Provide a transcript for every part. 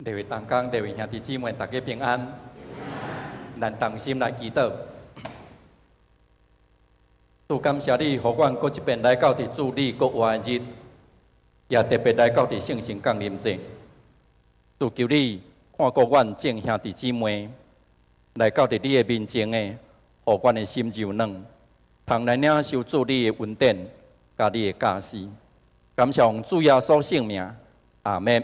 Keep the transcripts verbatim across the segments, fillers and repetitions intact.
各位同工、各位兄弟姊妹，大家平安。咱同心来祈祷。主感谢你，互阮搁一遍来到伫主你国活的日，也特别来到伫圣神降临节。主求你看顾阮众兄弟姊妹，来到伫你的面前的，互阮的心柔软，通来领受主你的恩典，甲你的教示。感谢主耶稣圣名，阿门。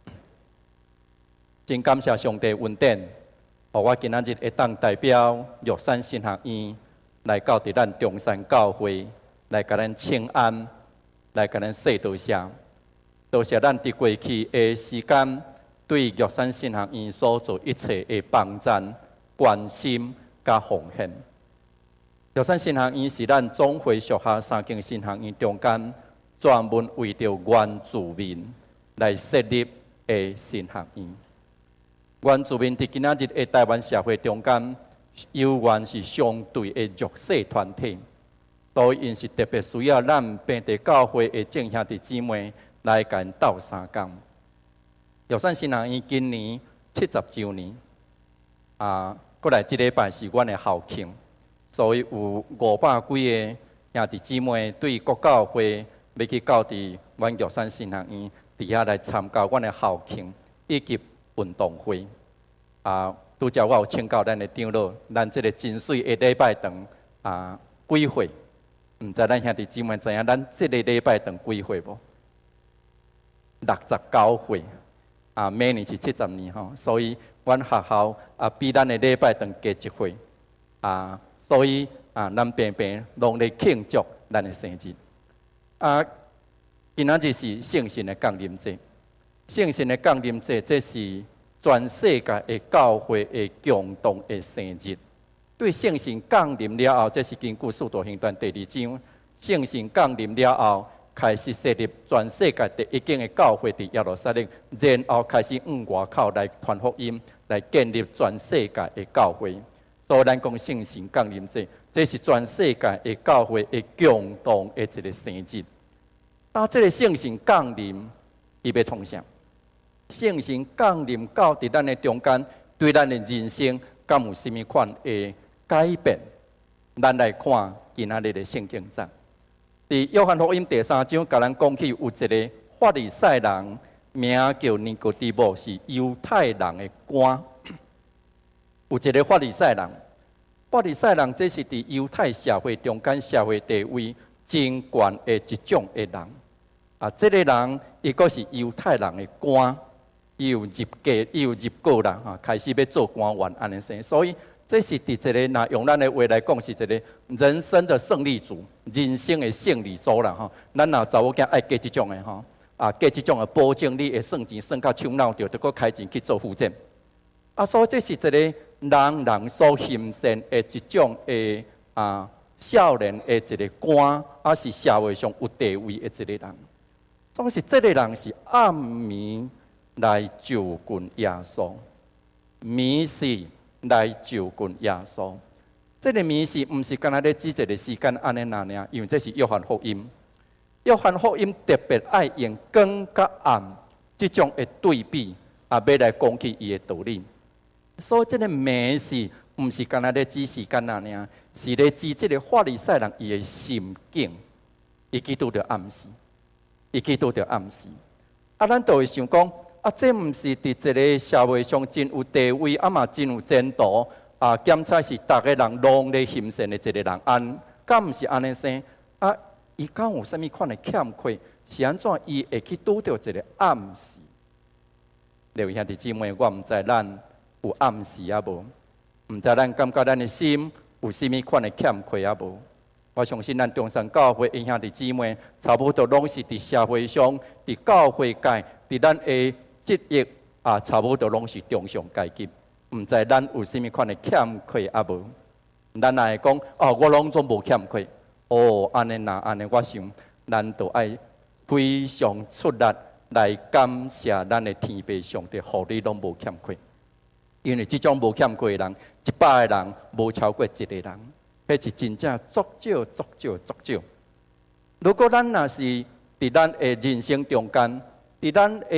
真感谢上帝恩典，互我今仔日会当代表玉山神学院来到伫咱中山教会，来甲咱请安，来甲咱说多谢。多谢咱伫过去的时间，对玉山神学院所做一切的帮赞、关心甲奉献。玉山神学院是咱总会属下三间神学院中间，专门为着原住民来设立的神学院。原住民伫今仔日的台湾社会中间，有原是相对的弱势团体，所以因是特别需要咱本地教会的众兄弟姊妹来甲因斗相共。玉山神学院今年七十周年，啊，过来即礼拜是阮的校庆，所以有五百几个兄弟姊妹对国教会要去到伫阮玉山神学院伫遐来参加阮的校庆以及运动会啊，拄则我有请教咱的长老，咱即个真水的礼拜堂啊，几岁？毋知咱兄弟姊妹知影咱即个礼拜堂几岁无？六十九岁啊，明年是七十年吼，所以阮学校啊比咱的礼拜堂加一岁啊，所以啊，咱平平拢咧庆祝咱的生日啊。今仔日是圣神的降临节。圣神的降临节，这是全世界的教会的共同的生日。对圣神降临了后，这是根据《使徒行传》第二章，圣神降临了后，开始设立全世界第一间的教会伫耶路撒冷，然后开始往外口来传福音，来建立全世界的教会。所以咱讲圣神降临节，这是全世界的教会的共同的一个生日。当这个圣神降临，伊要创啥？圣神降临到伫咱的中间，对咱的人生敢有甚物款的改变？咱来看今仔日的圣经章。伫约翰福音第三章，甲咱讲起有一个法利赛人，名叫尼哥底母，是犹太人的官。有一个法利赛人，法利赛人这是伫犹太社会中间社会地位真悬的一种的人。啊，这个人伊个是犹太人的官。伊有入阁，伊有入阁啦，哈，开始要做官员安尼生，所以这是伫一个，若用咱的话来讲，是一个人生的胜利组，人生的胜利组啦，哈。咱若查某囝爱嫁即种的，哈，啊，嫁即种的保证你会算钱算到手脑着，着搁开钱去做负债。啊，所以这是一个人人所欣赏的一种的啊，少年的一个官，啊是社会上有地位的一个人。总是这个人是暗暝来就近耶稣，迷是来就近耶稣。这个迷是毋是干那咧指一个时间安尼那尔？因为这是约翰福音。约翰福音特别爱用光甲暗这种的对比，啊，要来讲起伊的道理。所以这个迷是毋是干那咧指时间那尔？是咧指这个法利赛人伊的心境，伊去拄着暗时，伊去拄着暗时。啊，咱就会想讲。啊，这毋是伫一个社会上真有地位，啊嘛真有前途啊！检查是逐个人拢咧欣赏的一个人，安敢毋是安尼生？啊，伊敢有啥物款的欠缺？是安怎伊会去拄着一个暗时？各位兄弟姊妹，我毋知咱有暗时啊无？毋知咱感觉咱的心有啥物款的欠缺啊无？我相信咱中山教会的兄弟姊妹，差不多拢是伫社会上、伫教会界、伫咱的职业啊，差不多拢是中上阶级，毋知咱有甚物款的欠缺啊无？咱若会讲哦，我拢总无欠缺。哦，安尼若安尼，我想咱都爱非常出力来感谢咱的天父上帝，互你拢无欠缺。因为即种无欠缺的人，一百个人无超过一个人，迄是真正足少、足少、足少。如果咱若是伫咱的人生中间，伫咱的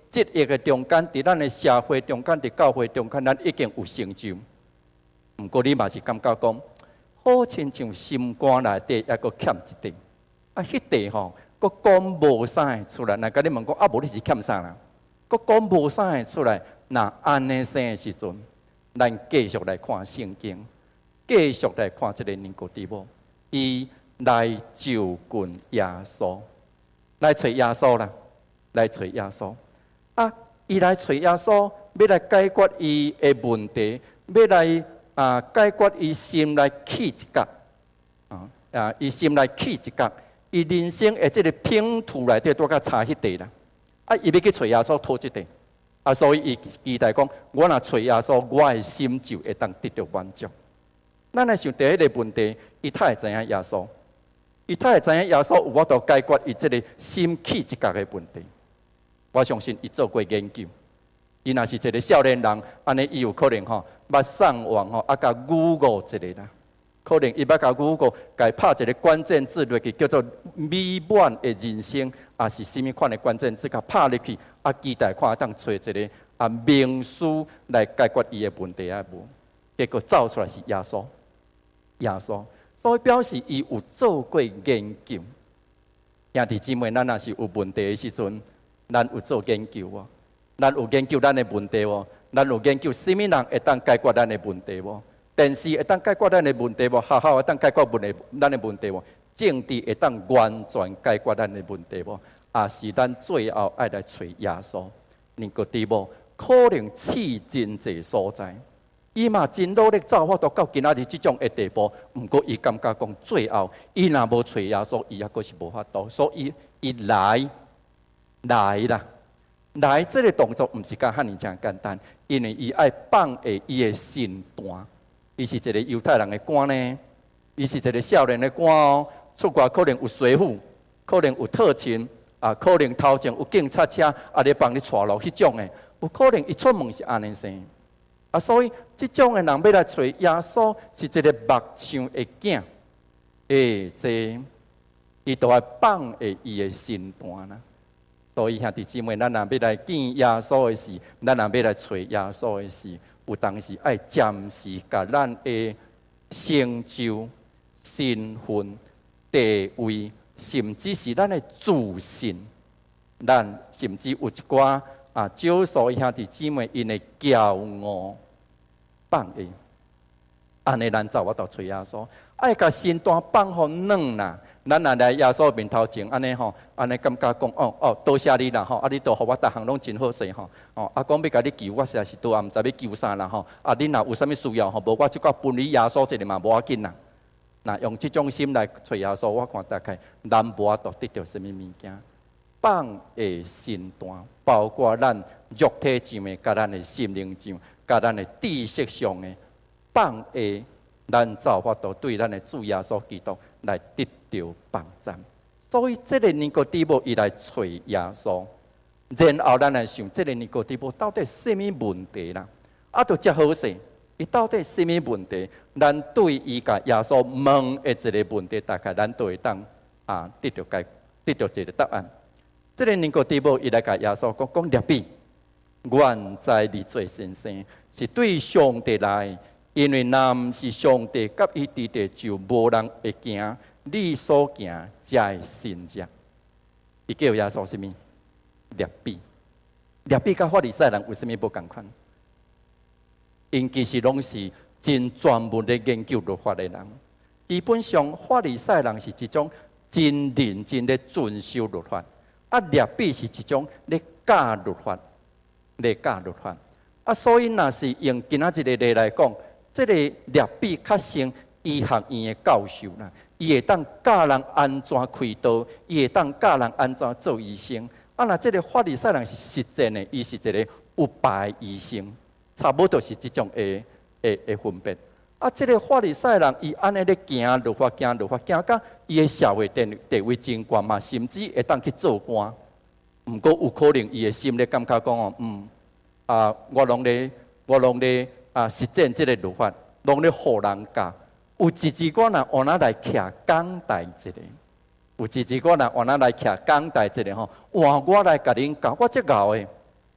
节约的中间，伫咱的社会中间，伫教会中间，咱已经有成就。毋过你嘛是感觉讲，好亲像心肝内底还阁欠一块，啊，迄块吼，阁讲无啥会出来。若甲你问讲，啊，无你是欠啥啦？阁讲无啥会出来。若安尼生的时阵，咱继续来看圣经，继续来看这个尼哥底母，伊来就近耶稣，来找耶稣啦，来找耶稣。啊，伊来找耶稣，要来解决伊的问题，要来啊解决伊心内起一角，啊啊，伊心内起一角，伊人生的这个拼图内底拄较差迄块啦。啊，伊要去找耶稣讨即块，啊，所以伊期待讲，我若找耶稣，我的心就会当得到满足。咱来想第一个问题，伊太会知影耶稣，伊太会知影耶稣有法度解决伊这个心起一角的问题。我相信伊做过研究，伊若是一个少年人，安尼伊有可能吼，捌上网吼，啊，甲 Google 一个啦，可能伊捌甲 Google 甲拍一个关键字落去，叫做美满的人生，啊是甚物款的关键字，甲拍入去，啊期待看当找一个啊名师来解决伊的问题啊无，结果走出来是耶稣，耶稣，所以表示伊有做过研究。兄弟姊妹，咱若是有问题的时阵，咱有做研究无？咱有研究咱的问题无？咱有研究什么人会当解决咱的问题无？电视会当解决咱的问题无？学校会当解决问题咱的问题无？政治会当完全解决咱的问题无？也是咱最后爱来找耶稣。尼哥底母可能试真济所在，伊嘛真努力走法度到今仔日即种的地步，毋过伊感觉讲最后伊若无找耶稣，伊还阁是无法度，所以伊来。来啦，来！这个动作唔是讲遐尼正简单，因为伊爱放下伊的身段。伊是一个犹太人的官呢，伊是一个少年的官哦。出外可能有随扈，可能有特勤，啊，可能头前有警察车，啊，咧帮你带路迄种的。有可能伊出门是安尼生，啊，所以即种的人要来找耶稣，是一个目睭的镜，诶，这伊都爱放下伊的身段啦。所以兄弟姊妹，咱若要来见耶稣的时，咱若要来找耶稣的时，有当时爱暂时甲咱的成就、身份、地位，甚至是咱的自信，咱甚至有一寡啊少数兄弟姊妹因的骄傲放下，安尼咱才有法度找耶稣。爱甲身段放互软啦。咱若来耶稣面头前，安尼吼，安尼感觉讲，哦哦，多谢你啦吼，啊，你都互我逐项拢真好势吼，哦，啊，讲要甲你救，我实在是拄也毋知要救啥啦吼，啊，你若有啥物需要吼，无我即个分你耶稣一个嘛无要紧啦。若用即种心来找耶稣，我看大概咱无法度得到啥物物件。放下身段，包括咱肉体上的，甲咱的心灵上，甲咱的知识上的放下。咱才有法度对咱的主耶稣基督来得到帮助，所以这个尼哥底母伊来找耶稣，然后咱来想，这个尼哥底母到底什么问题啦？啊，就遮好势，伊到底什么问题？咱对伊甲耶稣问的一个问题，大概咱都会当啊得到解，得到一个答案。这个尼哥底母伊来甲耶稣讲讲rabbi，原在你做先生，是对上帝来。因为若毋是上帝甲伊伫地，就无人会行你所行才会信者。伊叫耶稣什么？rabbi，rabbi甲法利赛人为什么无共款？因其实拢是真专门咧研究律法的人。基本上，法利赛人是一种真认真咧遵守律法，啊rabbi是一种咧教律法，咧教律法。啊，所以若是用今仔日的例来讲。这个rabbi较像医学院的教授啦，伊会当教人安怎开刀，伊会当教人安怎做医生。啊，那这个法利赛人是实践的，伊是一个有牌医生，差不多是这种的的的分别。啊，这个法利赛人伊安尼咧行律法，行律法，行到伊的社会地地位真高嘛，甚至会当去做官。毋过有可能伊的心咧感觉讲哦，嗯啊，我拢咧，我拢咧。啊，实践这个律法，拢咧互人教。有一支我若往哪来徛讲台一个，有一支我若往哪来徛讲台一个吼，换我来甲恁教，我则敖诶。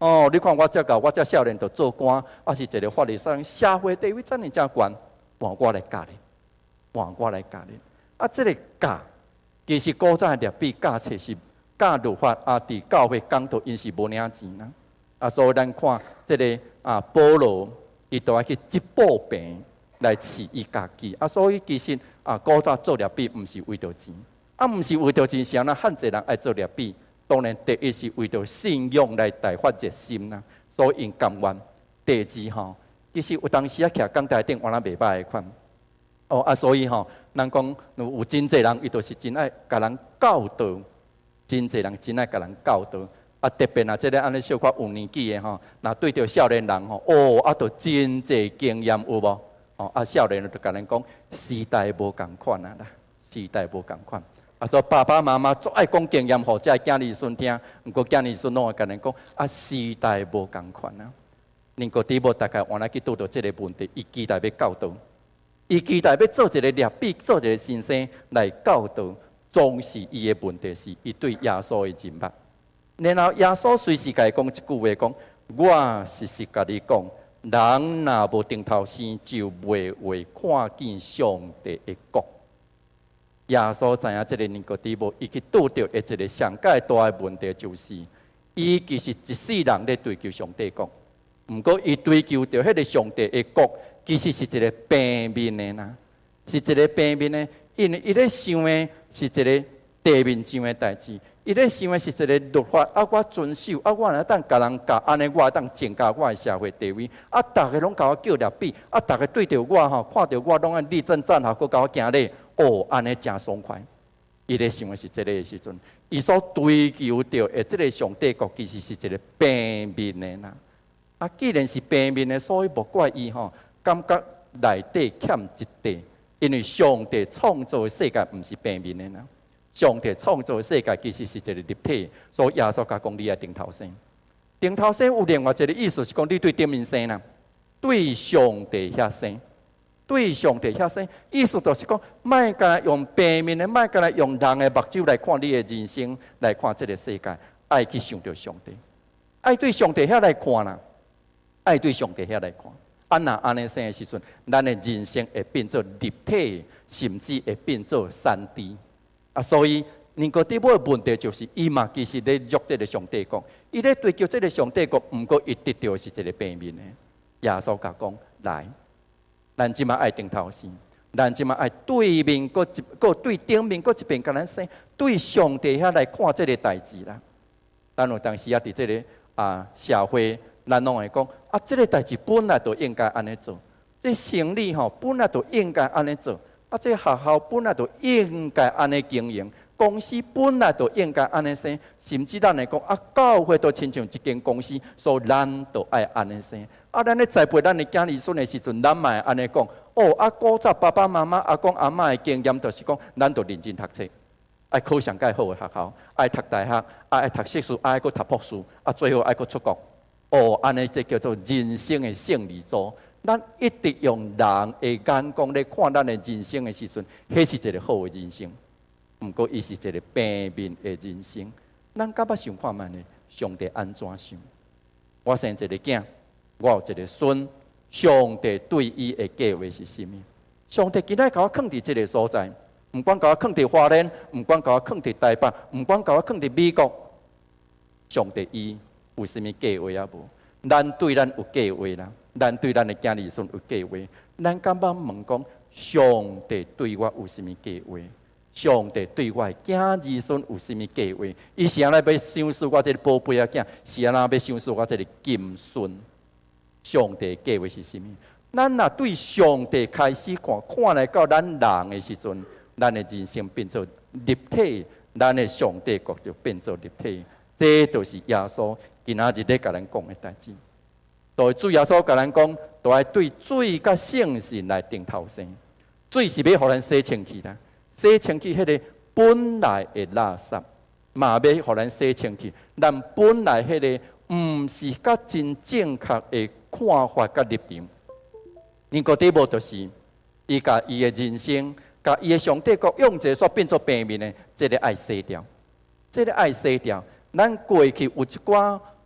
哦，你看我遮个，我遮少年就做官，啊是一个法律上社会地位真哩真悬，换我来教你，换我来教你。啊，这个教，其实古早立比教册是教律法，啊，伫教会讲道因是无领钱啦。啊，所以咱看这个啊，保罗伊都爱去接保病来饲伊家己。啊，所以其实啊，古早做立比毋是为着钱，啊，毋是为着钱，是安那汉侪人爱做立比。当然，第一是为着信仰来大发热心啦，所以因甘愿。第二吼，其实有当时啊，徛讲台顶，原来袂歹诶款。哦啊，所以吼，咱讲有真侪人，伊都是真爱甲人教导，真侪人真爱甲人教导。啊，特别啊，即个安尼小可有年纪诶吼，若对着少年人吼，哦，啊，都真侪经验有无？哦，啊，少年人就甲咱讲，时代无共款啊啦，时代无共款。啊，所以爸爸妈妈最爱讲经验，互遮囝儿孙听。毋过囝儿孙拢会甲咱讲，啊，时代无共款啊。宁哥底部大概原来去拄到即个问题，伊期待要教导，伊期待要做一个劣比，做一个先生来教导。总是伊的问题是，伊对耶稣的认捌。然后耶稣随时甲伊讲一句话，讲：我实实甲你讲，人若无定头生，就袂会看见上帝的国。耶稣知影即个尼哥底母，伊去拄到的一个上界大的问题，就是伊其实一世人咧追求上帝国，毋过伊追求着迄个上帝的国，其实是一个平面的呐，是一个平面的，因为伊咧想的是一个地面上的代志，伊咧想的是一个律法，啊，我遵守，啊，我若当甲人教，安尼我当增加我的社会地位，啊，逐个拢甲我叫立比，啊，逐个对着我吼，看着我拢爱立正站好，佮甲我行咧。哦，安尼真爽快。伊咧想的是这个的时阵，伊所追求着的这个上帝国，其实是一个平面的呐。啊，既然是平面的，所以无怪伊吼，感觉内底欠一块，因为上帝创造的世界毋是平面的呐。上帝创造的世界其实是一个立体，所以耶稣甲讲你爱顶头生。顶头生有另外一个意思是讲，你对顶面生啦，对上帝遐生。对上帝遐生，意思就是讲，莫干用平面的，莫干用人的目睭来看你的人生，来看这个世界，爱去想着上帝，爱对上帝遐来看啦，爱对上帝遐来看。啊，若安尼生的时阵，咱的人生会变做立体，甚至会变做三 D。啊，所以尼哥底母的问题就是，伊嘛其实咧约这个上帝国，伊咧追求这个上帝国，毋过伊得到的是一个平面的。耶稣甲讲来。咱即马爱顶头生，咱即马爱对面，搁一搁对顶面，搁一边甲咱生，对上帝遐来看这个代志啦。咱有当时啊，伫这个啊社会，咱拢会讲啊，这个代志本来就应该安尼做，这生理吼本来就应该安尼做，啊，这学校本来就应该安尼经营，公司本来就应该安尼生，甚至咱来讲啊，教会都亲像一间公司，所以咱都爱安尼生。啊，咱咧栽培咱的囝儿孙的时阵，咱嘛会安尼讲。哦，啊，古早爸爸妈妈、阿公阿嬷的经验，就是讲，咱都认真读册，爱考上介好的学校，爱读大学，爱读硕士，爱搁读博士，啊，最后爱搁出国。哦，安尼这叫做人生的胜利组。咱一直用人的眼光咧看咱的人生的时阵，迄是一个好的人生。毋过，伊是一个平面的人生。咱敢捌想看觅呢？上帝安怎想？我生一个囝。我有一个孙，上帝对伊的计划是甚物？上帝今仔甲我放伫即个所在，毋管甲我放伫花莲，毋管甲我放伫台北，毋管甲我放伫美国，上帝伊有甚物计划啊无？咱对咱有计划啦，咱对咱的囝儿孙有计划，咱敢捌问讲，上帝对我有甚物计划？上帝对我的囝儿孙有甚物计划？伊是安那要想死我这个宝贝仔囝，是安那要想死我这个金孙？上帝计划是甚物？咱若对上帝开始看，看来到咱人的时阵，咱的人生变做立体，咱的上帝国就变做立体。这就是耶稣今仔日咧甲咱讲的代志。所以主耶稣甲咱讲，都爱对水甲圣神来定头生。水是要互咱洗清气啦，洗清气迄个本来的垃圾，嘛要互咱洗清气。咱本来迄个毋是甲真正确的看法甲立场，尼哥底母就是伊甲伊的人生，甲伊的上帝国用者所变作平面的，这个爱洗掉，这个爱洗掉。咱过去有一寡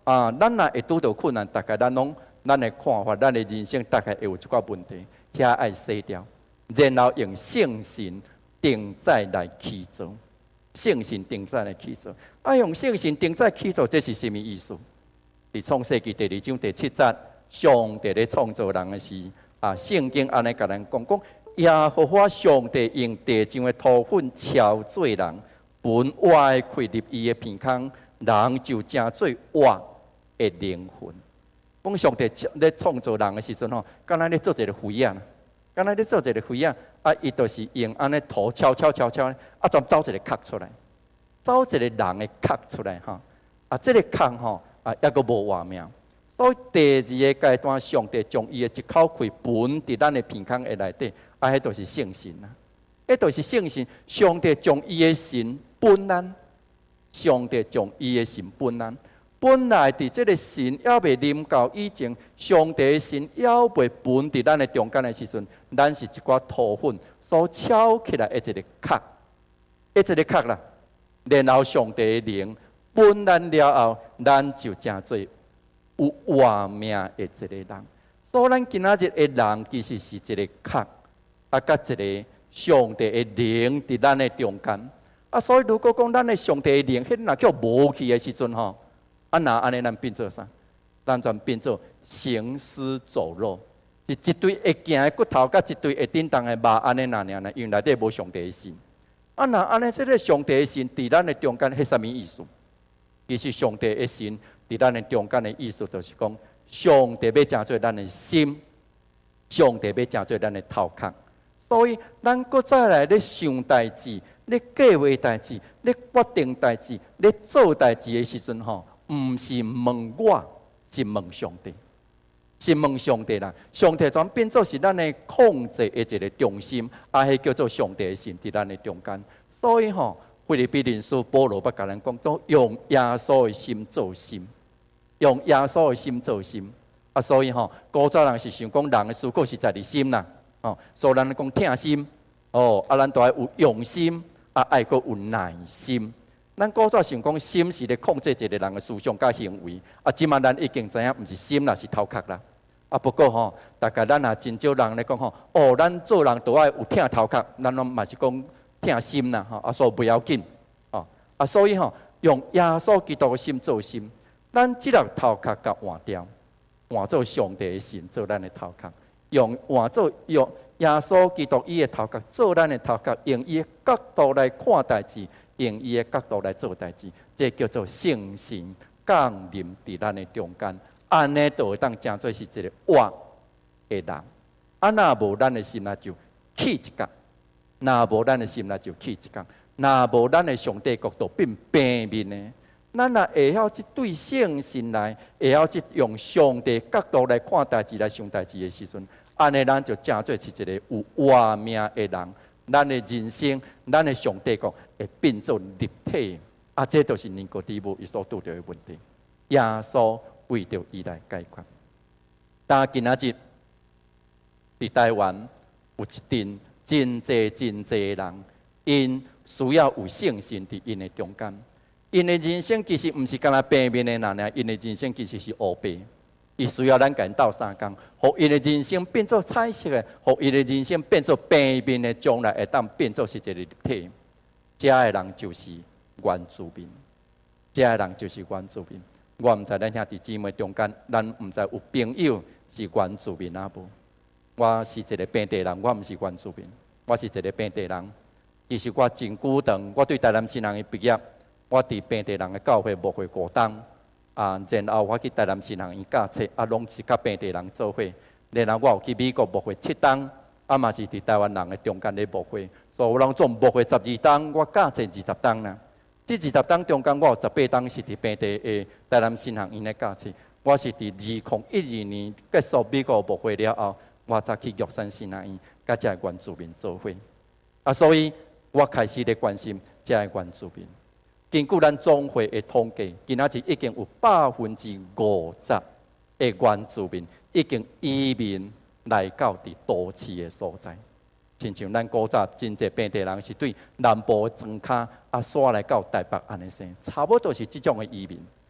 啊，咱若会拄到困难，大概咱拢咱的看法，咱的人生大概会有一寡问题，遐爱洗掉，然后用圣神定在来起造，圣神定在来起造。啊，用圣神定在起造，这是什么意思？伫创世纪第二章第七节，上帝咧创造人的时，啊，圣经安尼甲咱讲讲，耶和华上帝用地上的土粉敲做人，本活开入伊的鼻孔，人就成做活的灵魂。讲上帝咧创造人的时阵吼，敢若咧做一个灰啊，敢若咧做一个灰啊，啊，伊就是用安尼土敲敲敲敲，啊，全走一个壳出来，走一个人的壳出来吼，啊，这个壳吼。啊，抑阁无活命，所以第二个阶段，上帝将伊的一口气分伫咱的鼻孔的内底，啊，迄就是圣神啊，迄就是圣神。上帝将伊的神本咱，上帝将伊的神本咱，本来伫即个神还未临到以前，上帝的神还未分伫咱的中间的时阵，咱是一寡土粉所敲起来的一个壳，一个壳啦，然后上帝的灵。本咱了后，咱就成做有活命的一个人。所以，咱今仔日的人其实是一个壳，啊，甲一个上帝的灵伫咱的中间。啊，所以如果讲咱的上帝的灵，迄若叫无去的时阵吼，啊，那安尼咱变做啥？咱就变做行尸走肉，是一堆会行的骨头，甲一堆会叮当的肉，安尼那样呢？因为内底无上帝的心。啊，那安尼这个上帝的心伫咱的中间，迄啥物意思？其实上帝的心伫咱的中间的意思，就是讲上帝要成做咱的心，上帝要成做咱的头壳。所以咱搁再来咧想代志、咧计划代志、咧决定代志、咧做代志的时阵吼，毋是问我，是问上帝，是问上帝啦。上帝全变做是咱的控制的一个中心，啊，迄叫做上帝的心伫咱的中间。所以吼。腓立比人书保罗捌甲咱讲，都用耶稣的心做心，用耶稣的心做心。啊，所以吼，古早人是想讲人的思考是在伫心啦，哦，所以咱讲疼心，哦，啊，咱都要有用心，啊，爱阁有耐心。咱古早想讲心是咧控制一个人的思想甲行为，啊，即马咱已经知影，毋是心啦，是头壳啦。啊，不过吼，大概咱也真少人咧讲吼，哦，咱做人都爱有疼头壳，咱拢嘛是讲。疼心啦，吼，啊，所以不要紧，哦，啊，所以吼，用耶稣基督的心做心，咱即个头壳甲换掉，换做上帝的心做咱的头壳，用换做用耶稣基督伊的头壳做咱的头壳，用伊的角度来看代志，用伊的角度来做代志，这叫做圣神降临伫咱的中间，安尼就会当成做是一个活的人，啊，若无咱的心啊就起一角。若无咱的心力就起一角，若无咱的上帝国度变平面的，咱若会晓即对圣神来，会晓即用上帝角度来看代志、来想代志的时阵，安尼咱就正做是一个有活命的人。咱的人生，咱的上帝国会变做立体。啊，这就是尼哥底母伊所拄到的问题。耶稣为着伊来解决。但今仔日伫台湾有一阵。真济真济人，因需要有圣神伫因的中间。因的人生其实毋是干那平面的人尔，因的人生其实是黑白。伊需要咱甲因斗相共，互因的人生变做彩色的，互因的人生变做平面的，将来会当变做是一个立体。这的人就是原住民，这的人就是原住民。我毋知咱兄弟姊妹中间，咱毋知有朋友是原住民啊无？我是一个本地人，我毋是原住民，我是一个本地人。其实我真久长，我对台南新人的毕业，我伫本地人的教会牧会过冬，啊，然后我去台南新人院教册，啊，拢是甲本地人做伙。然后我有去美国牧会七冬，啊嘛是伫台湾人的中间咧牧会，所以有人总牧会十二冬，我教册二十冬啦。这二十冬中间，我有十八冬是伫本地的台南新人院咧教册。我是伫二零一二年结束美国牧会了后。我才去玉山新人院，甲这原住民做伙。啊，所以我开始咧关心这原住民。根据咱总会的统计，今仔日已经有百分之五十的原住民已经移民来到伫都市的所在。亲像咱古早真济本地人是对南部庄脚啊，刷来到台北安尼生，差不多是即种的移民。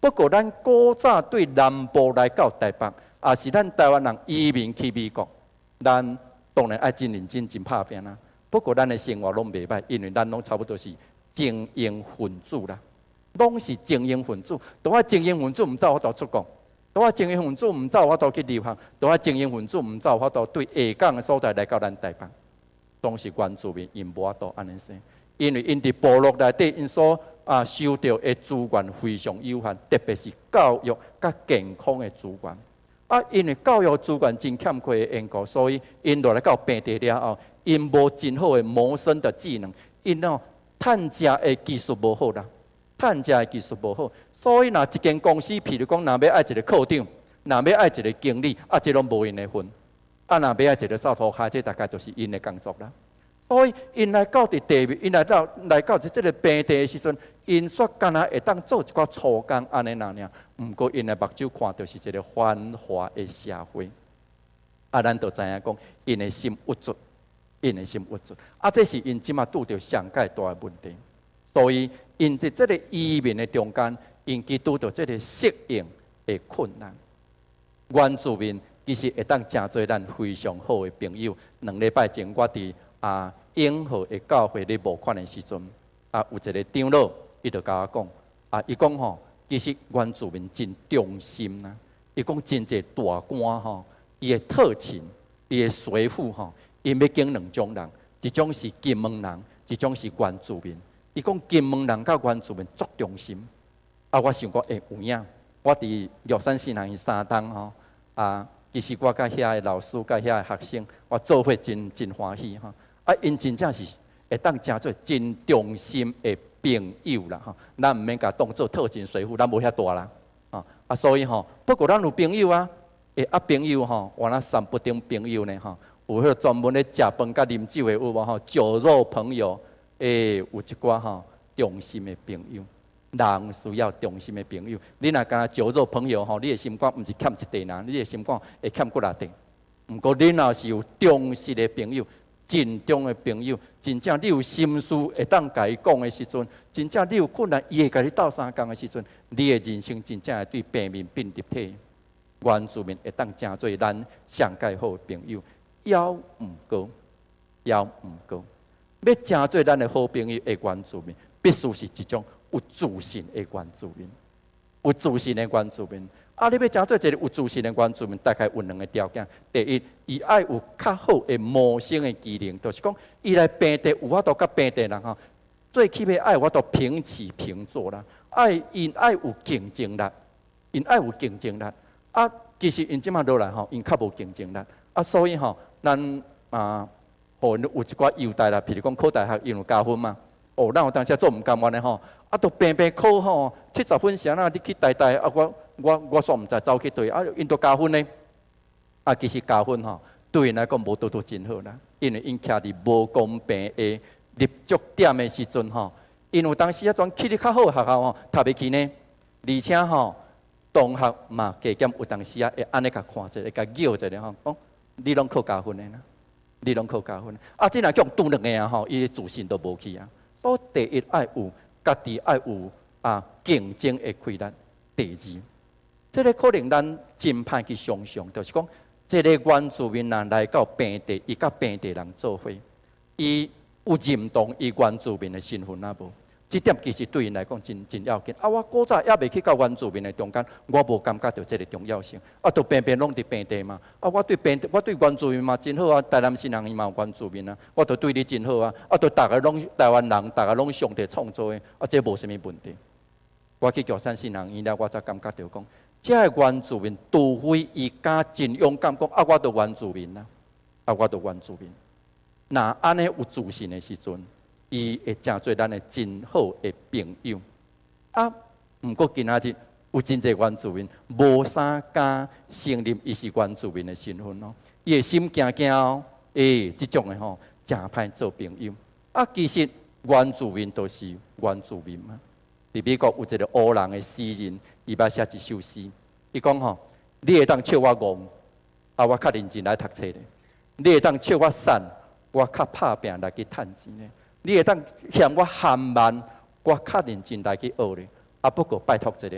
不过咱古早对南部来到台北，也是咱台湾人移民去美国，咱当然爱真认真、真拍拼啦。不过咱的生活拢袂歹，因为咱拢差不多是精英分子啦，拢是精英分子。都啊精英分子唔走，我度出国；都啊精英分子唔走，我度去留学；都啊精英分子唔走，我度对下港的所在来到咱台北。拢是原住民，因无法度安尼说，因为因伫部落内底，因所啊收到的资源非常有限，特别是教育甲健康的资源。啊，因为教育资源真欠缺的缘故，所以因落来到平地了后，因无真好的谋生的技能，因哦趁食的技术无好啦，趁食的技术无好，所以若一间公司，譬如讲，若要爱一个科长，若要爱一个经理，啊，这拢无因的份。啊，若要爱一个扫涂骹，这大概就是因的工作啦。所以，因来到伫地面，因来到来到即个平地的时阵，因说干那会当做一寡粗工安尼那尔。毋过，因的目睭看到是一个繁华的社会。啊，咱就知影讲，因的心无助，因的心无助。啊，这是因即马拄着上界大的问题。所以，因在这个移民的中间，因去拄着这个适应的困难。原住民其实会当真做咱非常好的朋友。两礼拜前，我伫啊，永和的教会咧募款的时阵，啊，有一个长老，伊就甲我讲，啊，伊讲吼，其实原住民真忠心呐。伊讲真侪大官吼，伊的特勤，伊的随父吼，因要拣两种人，一种是金门人，一种是原住民。伊讲金门人甲原住民足忠心。啊，我想讲，诶、欸，有影。我伫玉山信仰三冬吼，啊，其实我甲遐的老师、甲遐的学生，我做伙真真欢喜吼。啊，因真正是会当成做真忠心的朋友啦，吼！咱毋免甲当做特勤随扈，咱无遐大啦，啊啊！所以吼，不过咱有朋友啊，诶啊朋友吼，原来三不定朋友呢，吼，有迄专门咧食饭甲啉酒的有无吼？酒肉朋友，诶，有一寡吼忠心的朋友，人需要忠心的朋友。你若干酒肉朋友吼，你的心肝毋是欠一地呐，你的心肝会欠几若地。毋过你若是有忠实的朋友。真忠的朋友，真正你有心事会当甲伊讲的时阵，真正你有困难，伊会甲你斗相共的时阵，你的人生真正会对平民变立体。原住民会当成做咱上界好的朋友，要毋过，要毋过，要成做咱的好朋友的原住民，必须是一种有自信的原住民，有自信的原住民。啊！你要成做一个有自信的原住民，大概有两个条件。第一，伊爱有较好的谋生的技能，就是讲，伊来平地有法度甲平地人吼，最起码爱有法度平起平坐啦。爱因爱有竞争力，因爱有竞争力。啊，其实因即马落来吼，因较无竞争力。啊，所以吼，咱啊，互因有一寡优待啦。譬如讲考大学，因有加分嘛。哦，咱有当时做毋甘愿的吼，啊，都平平考吼，七十分啥啦，你去台大啊，我。我我煞毋知走去对啊，因都加分呢。啊，其实加分吼，对因来讲无拄拄真好啦。因为因徛伫无公平的立足点的时阵吼，因有当时啊，转去哩较好的学校吼，读袂起呢。而且吼，同学嘛加减有当时啊，会安尼甲看者，会甲叫者吼，讲你拢考加分的啦，你拢考加分。啊，即若叫拄两个啊吼，伊自信都无去啊。所以第一爱有家己爱有啊竞争的气力，第二。这个可能咱真歹去想象，就是讲，这个原住民人来到平地，伊甲平地人做伙，伊有认同伊原住民的身份啊无？这点其实对因来讲真真要紧。啊，我古早也未去到原住民的中间，我无感觉到这个重要性。啊，都平平拢伫平地嘛。啊，我对平地，我对原住民嘛真好啊。台南新人伊嘛有原住民啊，我都对你真好啊。啊，都大家拢台湾人，大家拢上帝创造的，啊，这无啥物问题。我去玉山新人院了，我才感觉到讲。这个原住民，除非伊敢真勇敢讲，啊，我都原住民啦，啊，我都原住民。那安尼有自信的时阵，伊会成做咱的真好的朋友。啊，毋过今仔日有真侪原住民，无啥敢承认伊是原住民的身份咯。伊会心惊惊哦，诶，即种的吼，真歹做朋友。啊，其实原住民都是原住民嘛。伫美国有一个黑人的诗人，伊捌写一首诗，伊讲吼：你会当笑我戆，啊，我较认真来读册咧；你会当笑我瘦，我较拍拼来去趁钱咧；你会当嫌我含慢，我较认真来去学咧。啊，不过拜托一个吼，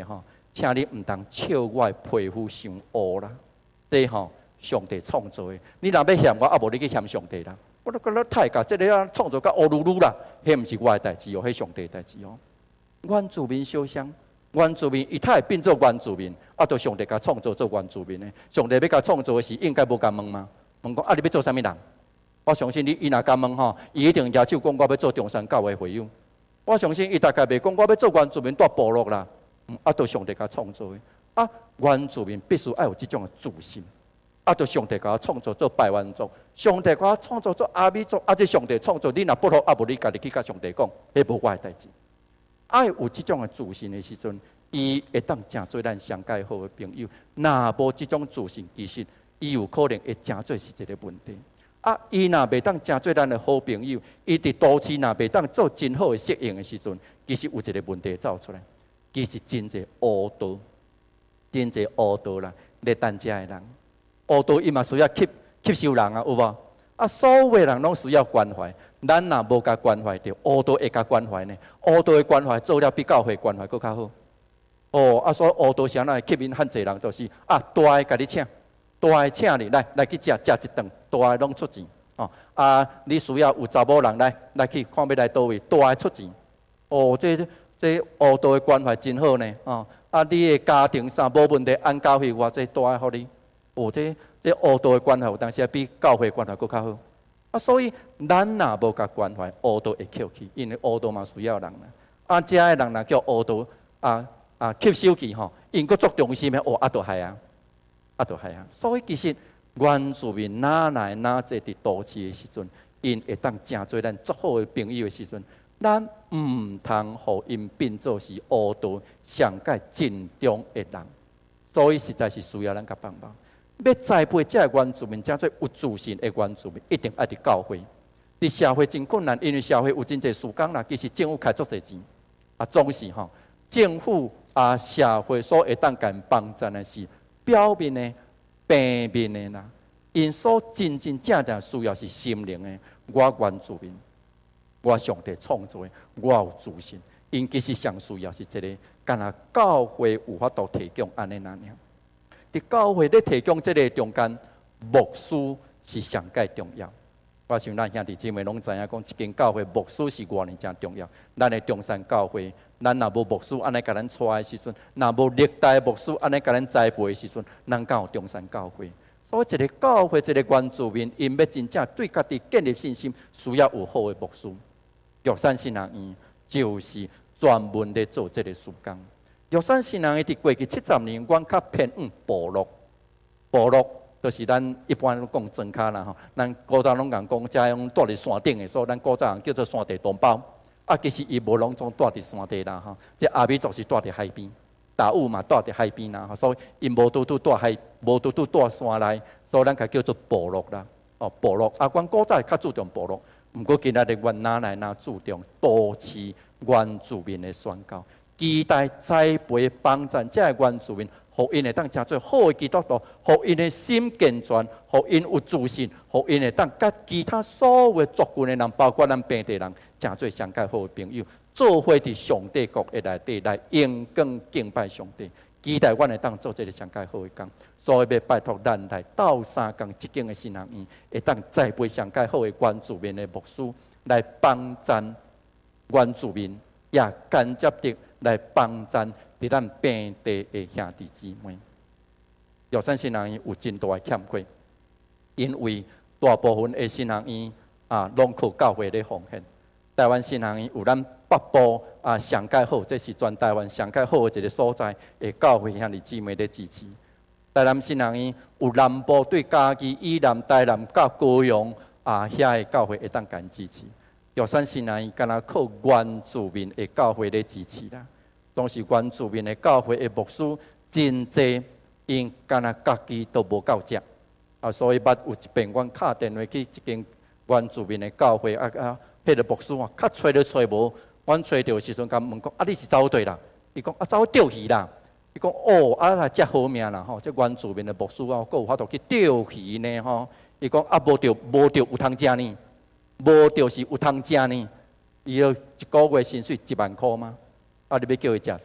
请你唔通笑我的皮肤伤乌啦。这吼，上帝创造的，你若要嫌我，啊无你去嫌上帝啦。我都觉得太假，这个啊创造甲乌噜噜啦，迄毋是我的代志哦，迄上帝的代志哦。原住民烧香，原住民伊太变做原住民，啊，都上帝甲创造做原住民的。上帝要甲创造的是应该无甲问吗？问讲啊，你要做啥物人？我相信你，伊若甲问吼，伊一定举手讲我要做中山教会会友。我相信伊大概袂讲我要做原住民带部落啦，嗯，啊，都上帝甲创造的。啊，原住民必须要有这种的自信。啊，就上帝甲我创造做百万族，上帝甲我创造做阿美族，啊，这上帝创造你若不好，啊，无你家己去甲上帝讲，迄无我的代志。爱有这种的自信的时阵，伊会当成做咱上界好的朋友。若无这种自信，其实伊有可能会成做是一个问题。啊，伊若袂当成做咱的好朋友，伊伫都市若袂当做真好的适应的时阵，其实有一个问题走出来，其实真侪乌道，真侪乌道啦，咧等遮的人。乌道伊嘛需要吸吸收人啊，有无？啊，所有的人拢需要关怀，咱若无甲关怀着，乌道会甲关怀呢？乌道的关怀做了比教会关怀佫较好。哦，啊，所以乌道啥会吸引很侪人，就是啊，大个甲你请，大个请你来来去食食一顿，大个拢出钱。哦，啊，你需要有查某人来来去看要来倒位，大个出钱。哦，这这乌道的关怀真好呢。哦，啊，你的家庭啥无问题，按教会偌济大个互你。哦，这这乌道的关怀有当时比教会关怀佫较好。啊，所以咱若无甲关怀，乌道会捡去，因为乌道嘛需要人啦。啊，遮个人若叫乌道啊啊吸收去吼，因佫足重视的，哦，啊，就害啊，啊，就害啊。所以其实原住民哪来哪济伫都市的时阵，因会当成做咱足好的朋友的时阵，咱毋通互因变做是乌道上界真中的人。所以实在是需要咱甲帮忙。要栽培这个原住民，真做有自信的原住民，一定爱伫教会。伫社会真困难，因为社会有真侪事工啦。其实政府开足侪钱，啊，总是吼，政府啊，社会所会当甲因帮助的是表面的、平面的啦。因所真真正正需要是心灵的。我原住民，我上帝创造的，我有自信。因其实上需要是一个，干那教会有法度提供安尼那样。伫教会咧提供这个中间，牧师是上界重要。我想咱兄弟姊妹拢知影，讲一间教会牧师是偌尔真重要。咱的中山教会，咱若无牧师安尼甲咱带的时阵，若无历代牧师安尼甲咱栽培的时阵，咱敢有中山教会？所以一个教会，一个原住民，因要真正对家己建立信心，需要有好的牧师。玉山新人院就是专门咧做这个事工。玉山新人院伫过去七十年，阮较偏向部落，部落就是咱一般讲庄脚啦吼。咱古早拢讲讲，遮种住伫山顶的，所以咱古早人叫做山地同胞。啊，其实伊无拢总住伫山地啦吼。这阿美族是住伫海边，达悟嘛住伫海边啦，所以因无拄拄住海，无拄拄住山内，所以咱才叫做部落啦。哦，部落啊，阮古早较注重部落，毋过今仔日阮哪来哪注重都市原住民的宣告。期待栽培帮助这个原住民，互因会当成做好的基督徒，互因的心健全，互因有自信，互因会当甲其他所有的族群的人，包括咱本地人，成做上界好的朋友，做伙伫上帝国的内底来荣光敬拜上帝。期待阮会当做这个上界好的工，所以要拜托咱来斗三工一间的新人院，会当栽培上界好的原住民的牧师，来帮助原住民，也间接的。来帮助伫咱本地的兄弟姊妹，玉山新人院有真大的欠缺，因为大部分的新人院啊，拢靠教会咧奉献。台湾新人院有咱北部啊上界好，这是全台湾上界好的一个所在，的教会兄弟姊妹咧支持。台南新人院有南部对嘉义、以南、台南、甲高雄啊遐的教会会当甲因支持。玉山新人院敢若靠原住民的教会咧支持啦，总是原住民的教会的牧师真济，因敢若家己都无够食啊，所以捌有一遍，阮敲电话去一间原住民的教会啊啊，迄个牧师啊，较找都找无，阮找到时阵，甲问讲啊，你是走对啦？伊讲啊，走钓鱼啦。伊讲哦，啊来遮好命啦吼，这原住民的牧师啊，佫有法度去钓鱼呢吼。伊讲啊，无钓无钓有通食呢。无就是有通食呢，伊要一个月薪水一万块吗？啊，你要叫伊食啥？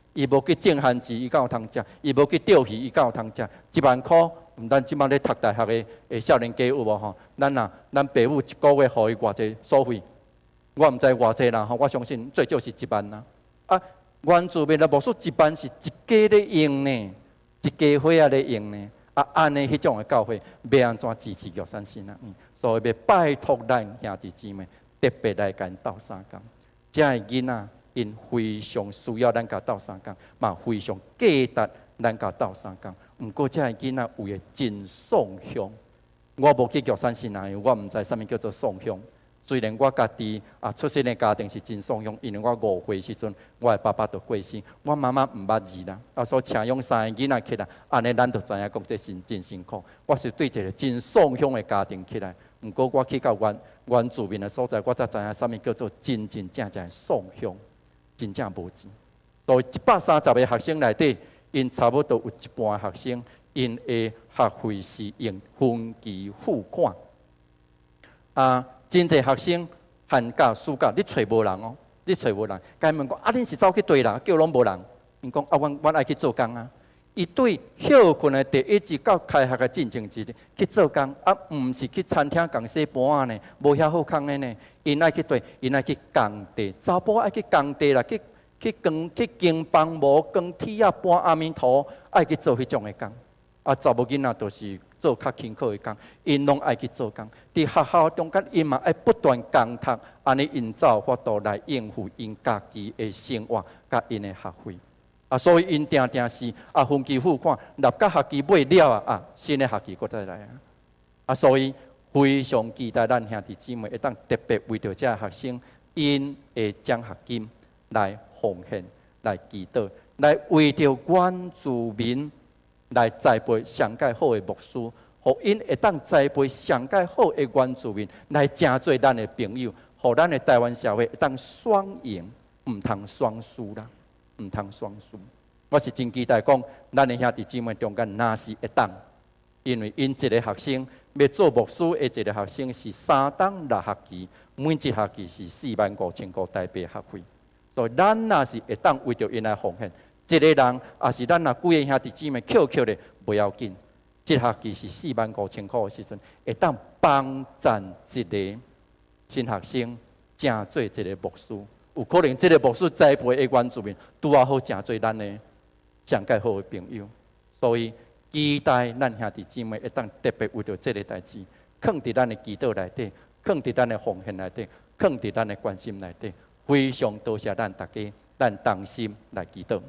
伊无去种番薯，伊敢有通食；伊无去钓鱼，伊敢有通食。一万块，毋但即摆咧读大学的诶少年家有无吼？咱啊，咱爸母一个月互伊偌济所费？我毋知偌济啦吼，我相信最少是一万啦。啊，原住民的牧师一万是一家咧用呢，一家伙仔咧用呢。啊，安尼迄种的教会，要安怎支持玉山神学院？所以要拜托咱兄弟姊妹，特别来甲因斗相共。这个囡仔，因非常需要咱甲斗相共，嘛非常价值咱甲斗相共。毋过，这个囡仔有诶真送香。我无去玉山神学院，我毋知啥物叫做送香。虽然我家己啊出生的家庭是真送香，因为我五岁时阵，我的爸爸就过世，我妈妈毋捌字啦，啊所请养三个囡仔起来，安尼咱就知影讲这真真辛苦。我是对一个真送香的家庭起来，毋过我去到原原住民的所在，我才知影啥物叫做真真正正的送香，真正无钱。所以一百三十个学生内底，因差不多有一半学生，因的学费是用分期付款啊。真侪学生寒假、暑假，你找无人哦，你找无人。甲伊问讲啊，恁是走去对啦，叫拢无人。因讲啊，阮阮爱去做工啊。伊对休困的第一日到开学的进前日去做工，啊，毋是去餐厅共洗盘啊呢，无遐好康的呢。因爱去对，因爱去工地，查甫爱去工地啦，去去耕去耕帮无耕铁啊，搬阿弥陀，爱去做迄种的工。啊，查某囡仔都是。做较辛苦的工，因拢爱去做工。伫学校中间，因嘛爱不断工读，安尼因才有法度来应付因家己的生活，甲因的学费。啊，所以因定定是啊分期付款，立甲学期尾了啊，啊新的学期搁再来啊。啊，所以非常期待咱兄弟姊妹会当特别为着这学生因的奖学金来奉献、来祈祷，来为着原住民。来栽培上界好的牧师，互因会当栽培上界好的原住民，来成做咱的朋友，互咱的台湾社会会当双赢，毋通双输啦，毋通双输。我是真期待讲，咱的兄弟姊妹中间若是会当，因为因一个学生要做牧师的一个学生是三档六学期，每一学期是四万五千五台币学费，所以咱若是会当为着因来奉献。一个人也是咱若几个兄弟姊妹扣扣咧，不要紧。一学期是四万五千块的时阵，会当帮赞一个新学生，正做一个牧师。有可能这个牧师栽培的原住民，拄啊好正做咱的上界好的朋友。所以期待咱兄弟姊妹会当特别为着这个代志，放伫咱的祈祷内底，放伫咱的奉献内底，放伫咱的关心内底。非常多谢咱大家，咱同心来祈祷。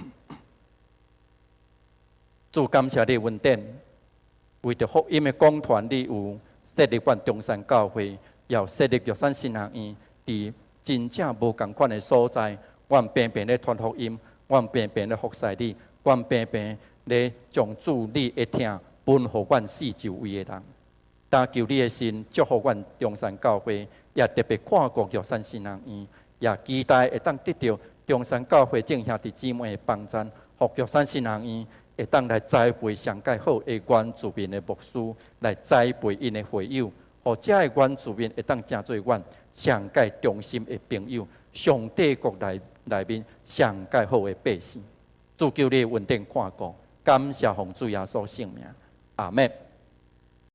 主感谢你恩典，为着福音的讲团，你有设立阮中山教会，也有设立玉山神学院，伫真正无共款的所在，阮平平咧传福音，阮平平咧服侍你，阮平平咧将主你的听分予阮四周围的人。但求你的神祝福阮中山教会，也特别看顾玉山神学院，也期待会当得到中山教会众兄弟姊妹的帮助，互玉山神学院会当来栽培上界好的原住民的牧师，来栽培因的会友，互这个原住民会当成做阮上界中心的朋友，上帝国内内面上界好的百姓。主求你稳定看顾，感谢奉主耶稣圣名，阿门。